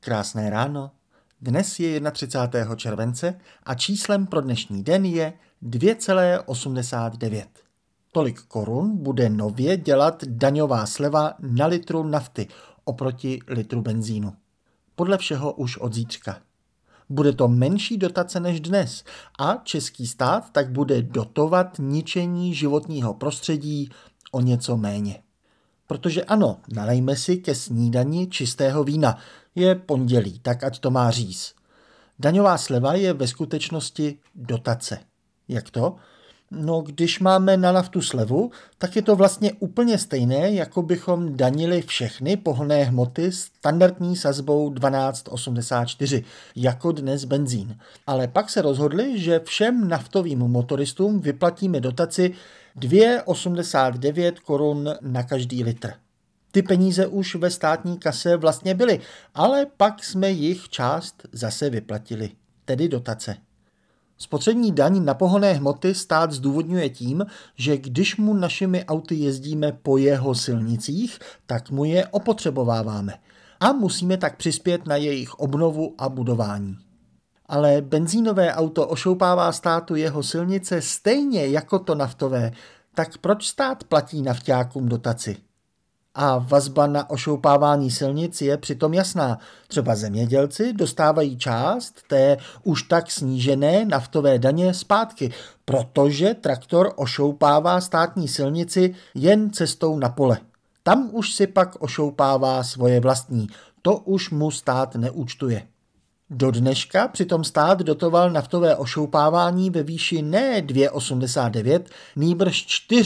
Krásné ráno. Dnes je 31. července a číslem pro dnešní den je 2,89. Tolik korun bude nově dělat daňová sleva na litru nafty oproti litru benzínu. Podle všeho už od zítřka. Bude to menší dotace než dnes a český stát tak bude dotovat ničení životního prostředí o něco méně. Protože ano, nalejme si ke snídani čistého vína. Je pondělí, tak ať to má říz. Daňová sleva je ve skutečnosti dotace. Jak to? No, když máme na naftu slevu, tak je to vlastně úplně stejné, jako bychom danili všechny pohonné hmoty standardní sazbou 12,84, jako dnes benzín. Ale pak se rozhodli, že všem naftovým motoristům vyplatíme dotaci 2,89 korun na každý litr. Ty peníze už ve státní kase vlastně byly, ale pak jsme jich část zase vyplatili, tedy dotace. Spotřební daň na pohonné hmoty stát zdůvodňuje tím, že když mu našimi auty jezdíme po jeho silnicích, tak mu je opotřebováváme a musíme tak přispět na jejich obnovu a budování. Ale benzínové auto ošoupává státu jeho silnice stejně jako to naftové, tak proč stát platí nafťákům dotaci? A vazba na ošoupávání silnic je přitom jasná. Třeba zemědělci dostávají část té už tak snížené naftové daně zpátky, protože traktor ošoupává státní silnici jen cestou na pole. Tam už si pak ošoupává svoje vlastní. To už mu stát neúčtuje. Do dneška přitom stát dotoval naftové ošoupávání ve výši ne 2,89, nýbrž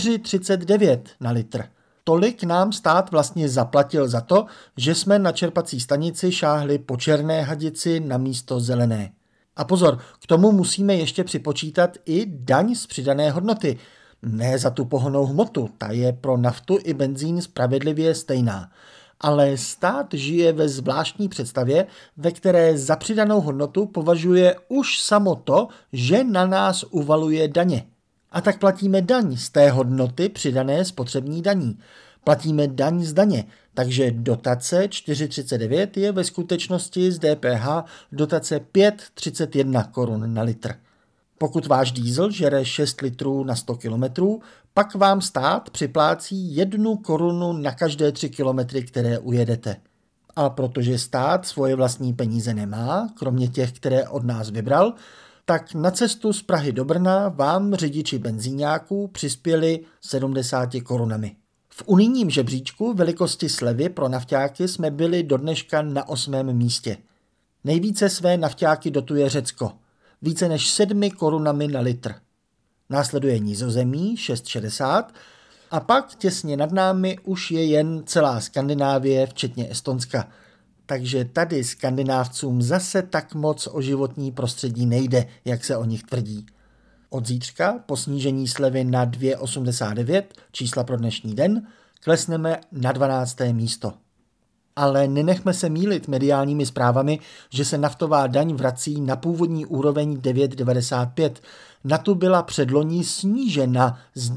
4,39 na litr. Tolik nám stát vlastně zaplatil za to, že jsme na čerpací stanici šáhli po černé hadici na místo zelené. A pozor, k tomu musíme ještě připočítat i daň z přidané hodnoty. Ne za tu pohonnou hmotu, ta je pro naftu i benzín spravedlivě stejná. Ale stát žije ve zvláštní představě, ve které za přidanou hodnotu považuje už samo to, že na nás uvaluje daně. A tak platíme daň z té hodnoty přidané spotřební daní. Platíme daň z daně, takže dotace 4,39 je ve skutečnosti z DPH dotace 5,31 korun na litr. Pokud váš diesel žere 6 litrů na 100 kilometrů, pak vám stát připlácí 1 korunu na každé 3 kilometry, které ujedete. A protože stát svoje vlastní peníze nemá, kromě těch, které od nás vybral, tak na cestu z Prahy do Brna vám řidiči benzíňáků přispěli 70 korunami. V unijním žebříčku velikosti slevy pro nafťáky jsme byli do dneška na 8. místě. Nejvíce své nafťáky dotuje Řecko, více než 7 korunami na litr. Následuje Nizozemí 6,60 a pak těsně nad námi už je jen celá Skandinávie, včetně Estonska. Takže tady Skandinávcům zase tak moc o životní prostředí nejde, jak se o nich tvrdí. Od zítřka po snížení slevy na 2,89, čísla pro dnešní den, klesneme na 12. místo. Ale nenechme se mýlit mediálními zprávami, že se naftová daň vrací na původní úroveň 9,95. Na tu byla předloni snížena z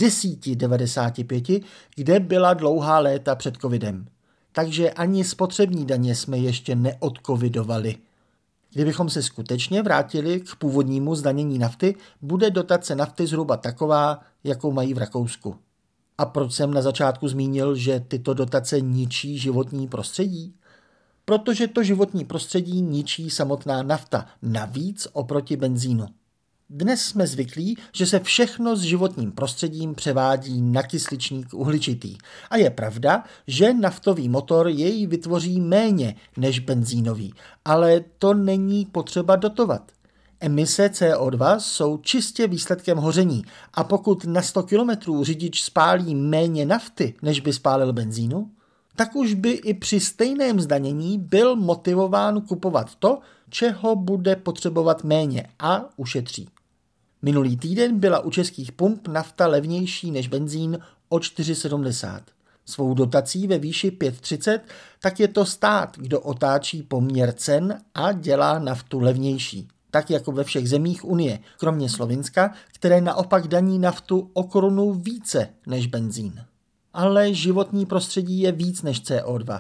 10,95, kde byla dlouhá léta před covidem. Takže ani spotřební daně jsme ještě neodcovidovali. Kdybychom se skutečně vrátili k původnímu zdanění nafty, bude dotace nafty zhruba taková, jakou mají v Rakousku. A proč jsem na začátku zmínil, že tyto dotace ničí životní prostředí? Protože to životní prostředí ničí samotná nafta, navíc oproti benzínu. Dnes jsme zvyklí, že se všechno s životním prostředím převádí na kysličník uhličitý. A je pravda, že naftový motor jej vytvoří méně než benzínový, ale to není potřeba dotovat. Emise CO2 jsou čistě výsledkem hoření a pokud na 100 km řidič spálí méně nafty, než by spálil benzínu, tak už by i při stejném zdanění byl motivován kupovat to, čeho bude potřebovat méně a ušetří. Minulý týden byla u českých pump nafta levnější než benzín o 4,70. Svou dotací ve výši 5,30 tak je to stát, kdo otáčí poměr cen a dělá naftu levnější. Tak jako ve všech zemích Unie, kromě Slovinska, které naopak daní naftu o korunu více než benzín. Ale životní prostředí je víc než CO2.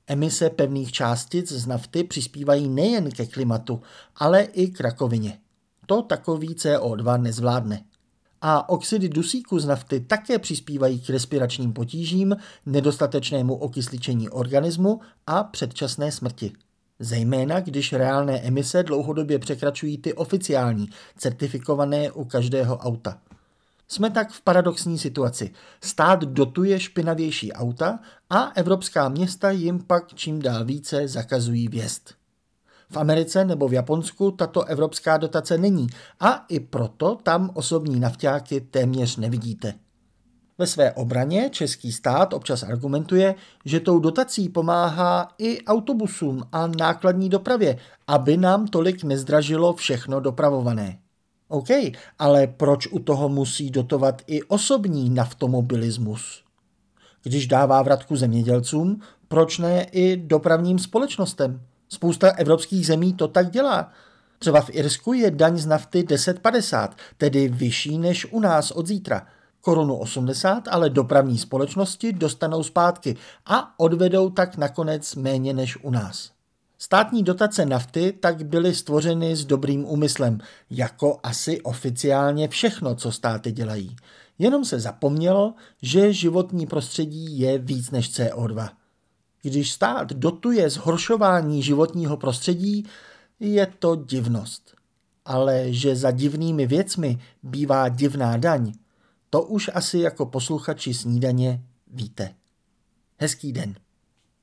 Emise pevných částic z nafty přispívají nejen ke klimatu, ale i k rakovině. To takový CO2 nezvládne. A oxidy dusíku z nafty také přispívají k respiračním potížím, nedostatečnému okysličení organismu a předčasné smrti. Zejména když reálné emise dlouhodobě překračují ty oficiální, certifikované u každého auta. Jsme tak v paradoxní situaci. Stát dotuje špinavější auta a evropská města jim pak čím dál více zakazují vjezd. V Americe nebo v Japonsku tato evropská dotace není a i proto tam osobní nafťáky téměř nevidíte. Ve své obraně český stát občas argumentuje, že tou dotací pomáhá i autobusům a nákladní dopravě, aby nám tolik nezdražilo všechno dopravované. OK, ale proč u toho musí dotovat i osobní naftomobilismus? Když dává vratku zemědělcům, proč ne i dopravním společnostem? Spousta evropských zemí to tak dělá. Třeba v Irsku je daň z nafty 10,50, tedy vyšší než u nás od zítra. 1,80 Kč, ale dopravní společnosti dostanou zpátky a odvedou tak nakonec méně než u nás. Státní dotace nafty tak byly stvořeny s dobrým úmyslem, jako asi oficiálně všechno, co státy dělají. Jenom se zapomnělo, že životní prostředí je víc než CO2. Když stát dotuje zhoršování životního prostředí, je to divnost. Ale že za divnými věcmi bývá divná daň, to už asi jako posluchači Snídaně víte. Hezký den.